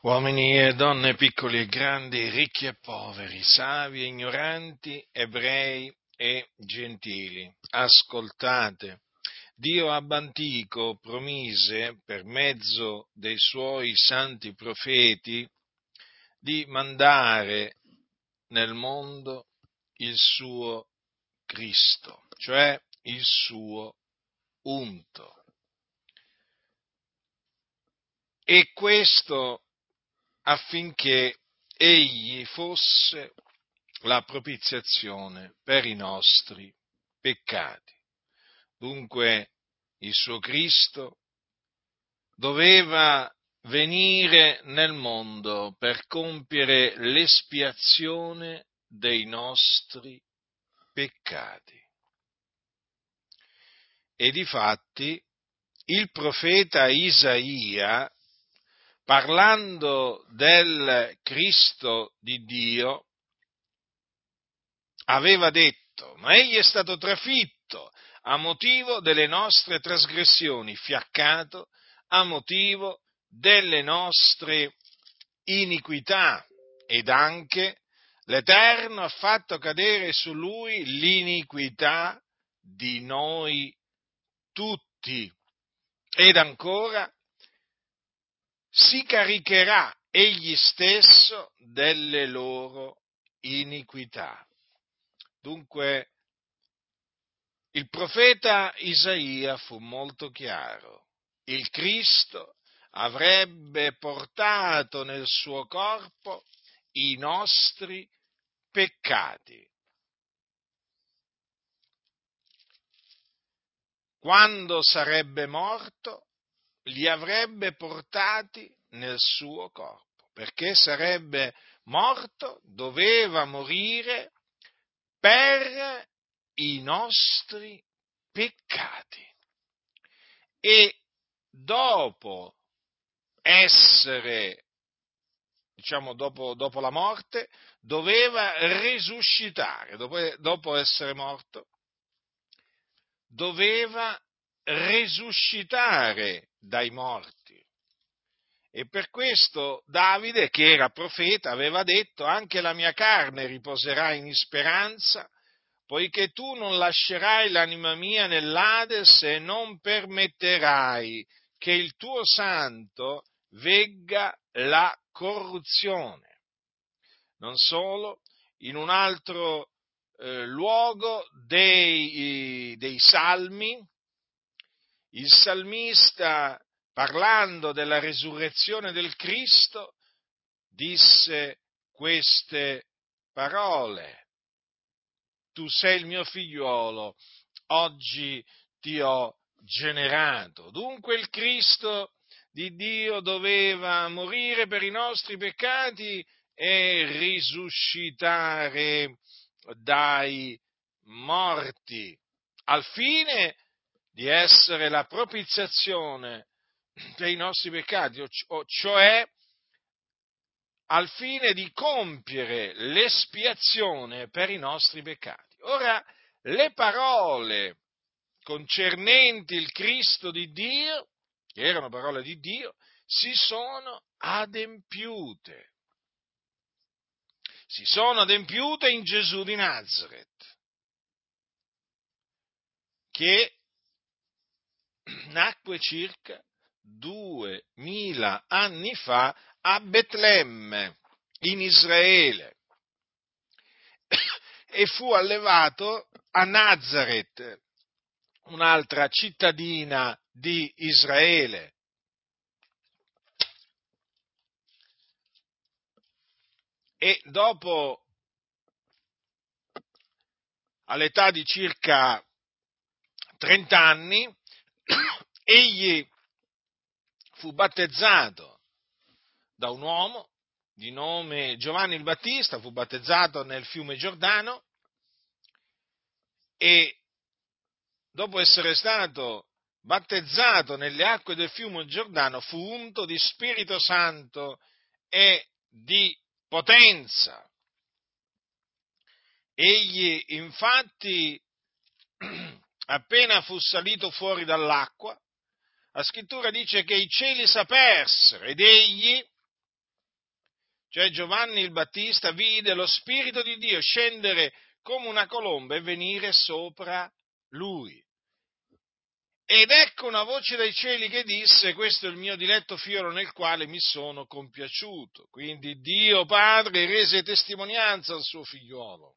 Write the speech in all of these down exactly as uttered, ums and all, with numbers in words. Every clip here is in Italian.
Uomini e donne, piccoli e grandi, ricchi e poveri, savi e ignoranti, ebrei e gentili, ascoltate. Dio ab antico promise, per mezzo dei suoi santi profeti, di mandare nel mondo il suo Cristo, cioè il suo unto. E questo affinché egli fosse la propiziazione per i nostri peccati. Dunque il suo Cristo doveva venire nel mondo per compiere l'espiazione dei nostri peccati. E difatti il profeta Isaia, parlando del Cristo di Dio, aveva detto: ma egli è stato trafitto a motivo delle nostre trasgressioni, fiaccato a motivo delle nostre iniquità, ed anche l'Eterno ha fatto cadere su lui l'iniquità di noi tutti. Ed ancora, si caricherà egli stesso delle loro iniquità. Dunque, il profeta Isaia fu molto chiaro: il Cristo avrebbe portato nel suo corpo i nostri peccati. Quando sarebbe morto, li avrebbe portati nel suo corpo, perché sarebbe morto, doveva morire per i nostri peccati. E dopo essere, diciamo, dopo, dopo la morte, doveva risuscitare, dopo, dopo essere morto, doveva risuscitare dai morti. E per questo Davide, che era profeta, aveva detto: anche la mia carne riposerà in speranza, poiché tu non lascerai l'anima mia nell'Ades e non permetterai che il tuo santo vegga la corruzione. Non solo, in un altro eh, luogo dei, dei Salmi, il salmista, parlando della resurrezione del Cristo, disse queste parole: tu sei il mio figliuolo, oggi ti ho generato. Dunque il Cristo di Dio doveva morire per i nostri peccati e risuscitare dai morti, al fine di essere la propiziazione dei nostri peccati, cioè al fine di compiere l'espiazione per i nostri peccati. Ora, le parole concernenti il Cristo di Dio, che erano parole di Dio, si sono adempiute. Si sono adempiute in Gesù di Nazaret, che nacque circa duemila anni fa a Betlemme, in Israele, e fu allevato a Nazaret, un'altra cittadina di Israele. E dopo, all'età di circa trenta anni, egli fu battezzato da un uomo di nome Giovanni il Battista, fu battezzato nel fiume Giordano e dopo essere stato battezzato nelle acque del fiume Giordano fu unto di Spirito Santo e di potenza. Egli infatti, appena fu salito fuori dall'acqua, la scrittura dice che i cieli s'apersero ed egli cioè Giovanni il Battista, vide lo Spirito di Dio scendere come una colomba e venire sopra lui. Ed ecco una voce dai cieli che disse: questo è il mio diletto figlio nel quale mi sono compiaciuto. Quindi Dio Padre rese testimonianza al suo figliuolo,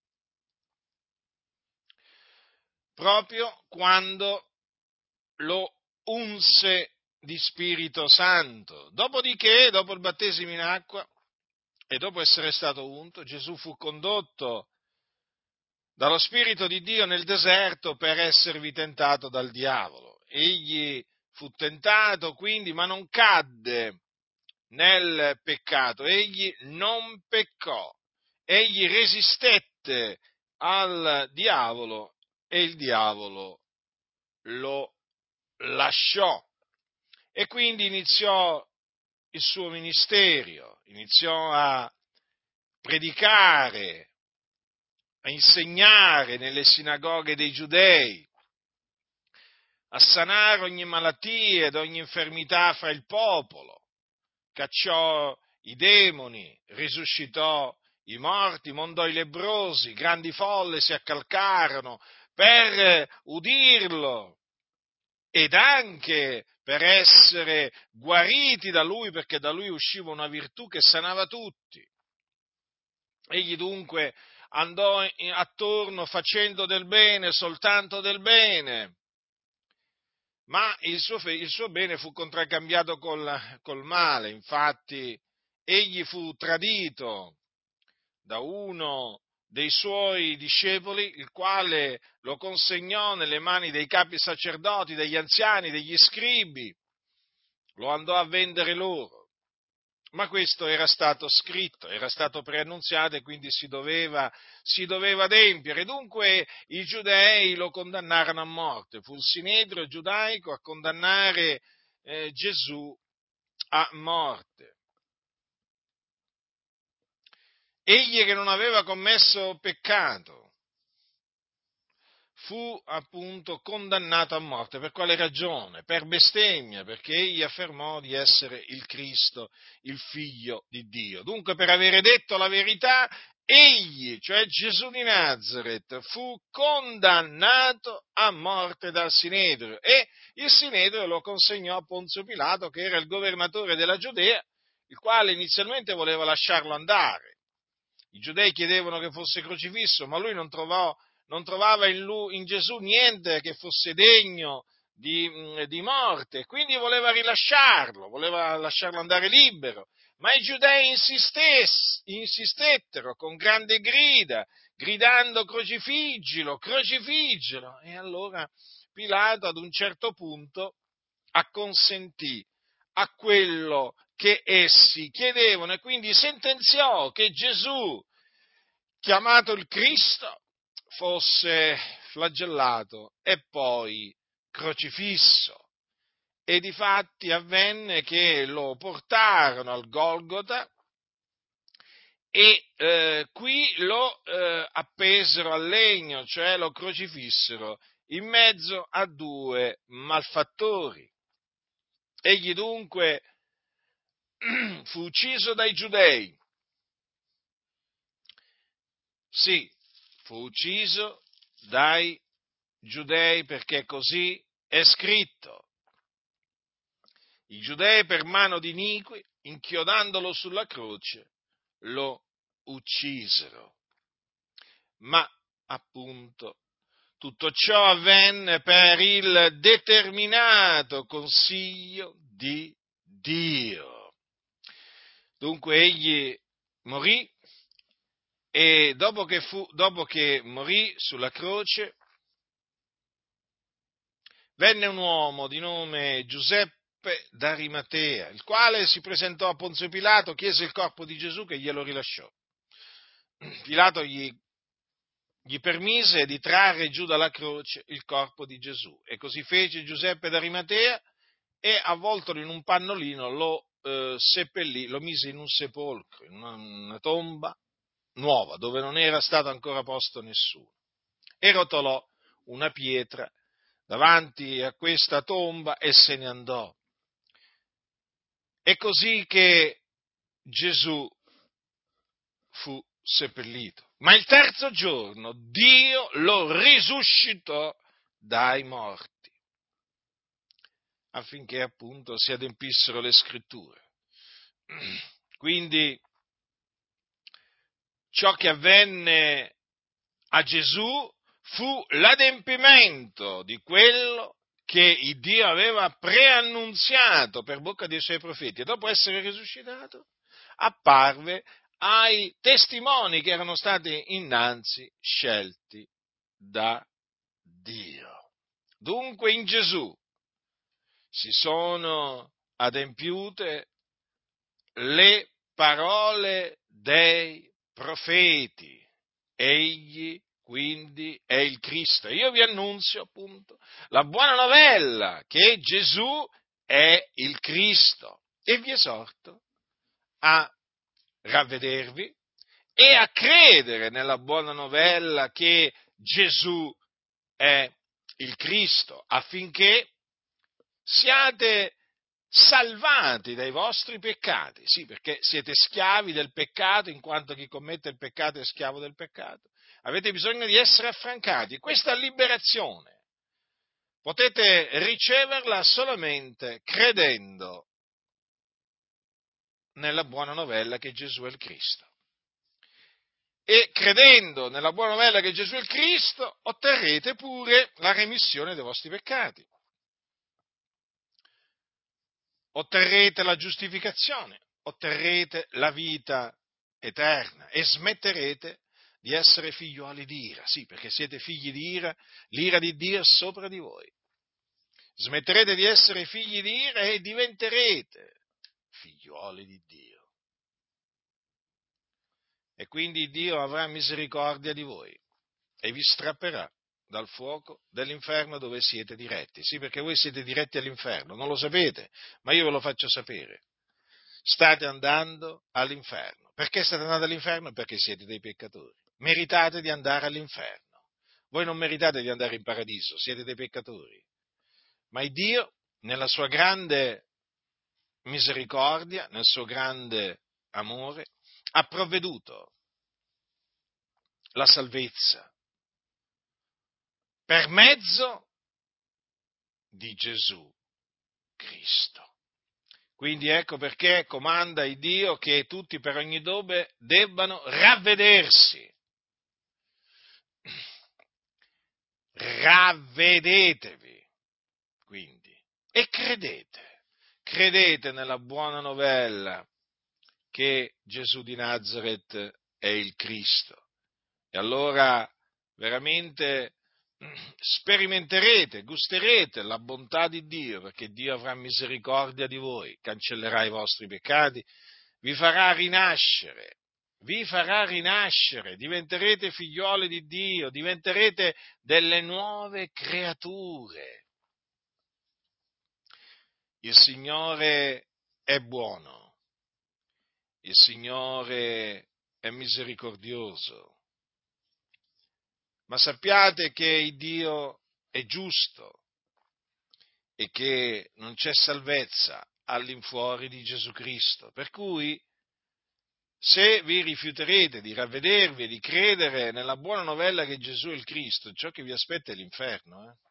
proprio quando lo unse di Spirito Santo. Dopodiché, dopo il battesimo in acqua e dopo essere stato unto, Gesù fu condotto dallo Spirito di Dio nel deserto per esservi tentato dal diavolo. Egli fu tentato quindi, ma non cadde nel peccato, egli non peccò, egli resistette al diavolo e il diavolo lo lasciò. E quindi iniziò il suo ministero, iniziò a predicare, a insegnare nelle sinagoghe dei giudei, a sanare ogni malattia ed ogni infermità fra il popolo, cacciò i demoni, risuscitò i morti, mondò i lebbrosi, grandi folle si accalcarono per udirlo ed anche per essere guariti da lui, perché da lui usciva una virtù che sanava tutti. Egli dunque andò attorno facendo del bene, soltanto del bene, ma il suo, il suo bene fu contraccambiato col, col male. Infatti egli fu tradito da uno dei suoi discepoli, il quale lo consegnò nelle mani dei capi sacerdoti, degli anziani, degli scribi, lo andò a vendere loro. Ma questo era stato scritto, era stato preannunziato e quindi si doveva, si doveva adempiere. Dunque i giudei lo condannarono a morte. Fu il sinedrio giudaico a condannare eh, Gesù a morte. Egli che non aveva commesso peccato fu appunto condannato a morte. Per quale ragione? Per bestemmia, perché egli affermò di essere il Cristo, il Figlio di Dio. Dunque, per avere detto la verità, egli, cioè Gesù di Nazaret, fu condannato a morte dal Sinedrio e il Sinedrio lo consegnò a Ponzio Pilato, che era il governatore della Giudea, il quale inizialmente voleva lasciarlo andare. I giudei chiedevano che fosse crocifisso, ma lui non trovò non trovava in, lui, in Gesù niente che fosse degno di, di morte, quindi voleva rilasciarlo, voleva lasciarlo andare libero, ma i giudei insistettero con grande grida, gridando crocifiggilo, crocifiggilo, e allora Pilato ad un certo punto acconsentì a quello che essi chiedevano e quindi sentenziò che Gesù, chiamato il Cristo, fosse flagellato e poi crocifisso. E difatti avvenne che lo portarono al Golgota e eh, qui lo eh, appesero al legno, cioè lo crocifissero in mezzo a due malfattori. Egli dunque fu ucciso dai giudei. Sì, fu ucciso dai giudei perché così è scritto. I giudei per mano di iniqui, inchiodandolo sulla croce, lo uccisero. Ma appunto tutto ciò avvenne per il determinato consiglio di Dio. Dunque egli morì e dopo che, fu, dopo che morì sulla croce, venne un uomo di nome Giuseppe d'Arimatea, il quale si presentò a Ponzio Pilato, chiese il corpo di Gesù che glielo rilasciò. Pilato gli, gli permise di trarre giù dalla croce il corpo di Gesù e così fece Giuseppe d'Arimatea e avvoltolo in un pannolino lo eh, seppellì, lo mise in un sepolcro, in una, una tomba nuova, dove non era stato ancora posto nessuno, e rotolò una pietra davanti a questa tomba e se ne andò. È così che Gesù fu seppellito. Ma il terzo giorno Dio lo risuscitò dai morti, affinché appunto si adempissero le scritture. Quindi ciò che avvenne a Gesù fu l'adempimento di quello che Dio aveva preannunziato per bocca dei suoi profeti, e dopo essere risuscitato apparve ai testimoni che erano stati innanzi scelti da Dio. Dunque in Gesù si sono adempiute le parole dei profeti. Egli quindi è il Cristo. Io vi annunzio appunto la buona novella che Gesù è il Cristo e vi esorto a ravvedervi e a credere nella buona novella che Gesù è il Cristo, affinché siate salvati dai vostri peccati. Sì, perché siete schiavi del peccato, in quanto chi commette il peccato è schiavo del peccato. Avete bisogno di essere affrancati. Questa liberazione potete riceverla solamente credendo nella buona novella che Gesù è il Cristo. E credendo nella buona novella che Gesù è il Cristo, otterrete pure la remissione dei vostri peccati. Otterrete la giustificazione, otterrete la vita eterna e smetterete di essere figliuoli di ira. Sì, perché siete figli di ira, l'ira di Dio è sopra di voi. Smetterete di essere figli di ira e diventerete figliuoli di Dio. E quindi Dio avrà misericordia di voi e vi strapperà dal fuoco dell'inferno dove siete diretti. Sì, perché voi siete diretti all'inferno, non lo sapete, ma io ve lo faccio sapere. State andando all'inferno. Perché state andando all'inferno? Perché siete dei peccatori. Meritate di andare all'inferno. Voi non meritate di andare in paradiso, siete dei peccatori. Ma il Dio, nella sua grande misericordia, nel suo grande amore, ha provveduto la salvezza per mezzo di Gesù Cristo. Quindi ecco perché comanda il Dio che tutti per ogni dove debbano ravvedersi. Ravvedetevi, quindi, e credete. Credete nella buona novella che Gesù di Nazaret è il Cristo. E allora veramente sperimenterete, gusterete la bontà di Dio, perché Dio avrà misericordia di voi, cancellerà i vostri peccati, vi farà rinascere, vi farà rinascere, diventerete figlioli di Dio, diventerete delle nuove creature. Il Signore è buono, il Signore è misericordioso. Ma sappiate che il Dio è giusto e che non c'è salvezza all'infuori di Gesù Cristo. Per cui, se vi rifiuterete di ravvedervi e di credere nella buona novella che Gesù è il Cristo, ciò che vi aspetta è l'inferno. Eh?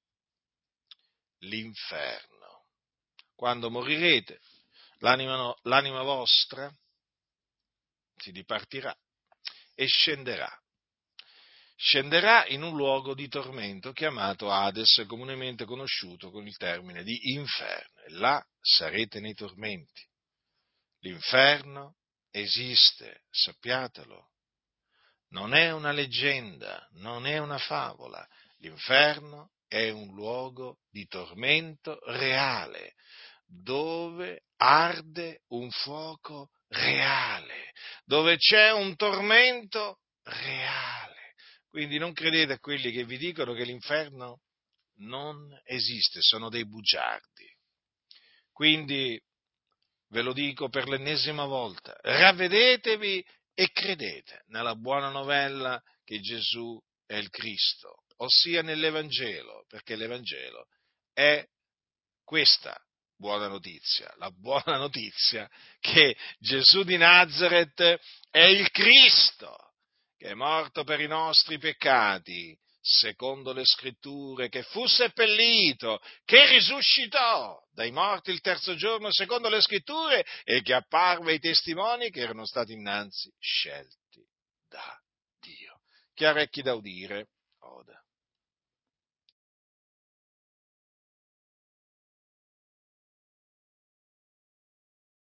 L'inferno. Quando morirete, l'anima, no, l'anima vostra si dipartirà e scenderà. Scenderà in un luogo di tormento chiamato Hades, comunemente conosciuto con il termine di inferno, e là sarete nei tormenti. L'inferno esiste, sappiatelo. Non è una leggenda, non è una favola. L'inferno è un luogo di tormento reale, dove arde un fuoco reale, dove c'è un tormento reale. Quindi non credete a quelli che vi dicono che l'inferno non esiste, sono dei bugiardi. Quindi ve lo dico per l'ennesima volta, ravvedetevi e credete nella buona novella che Gesù è il Cristo, ossia nell'Evangelo, perché l'Evangelo è questa buona notizia? La buona notizia che Gesù di Nazaret è il Cristo, che è morto per i nostri peccati, secondo le scritture, che fu seppellito, che risuscitò dai morti il terzo giorno, secondo le scritture, e che apparve ai testimoni che erano stati innanzi scelti da Dio. Chi ha orecchi da udire, oda.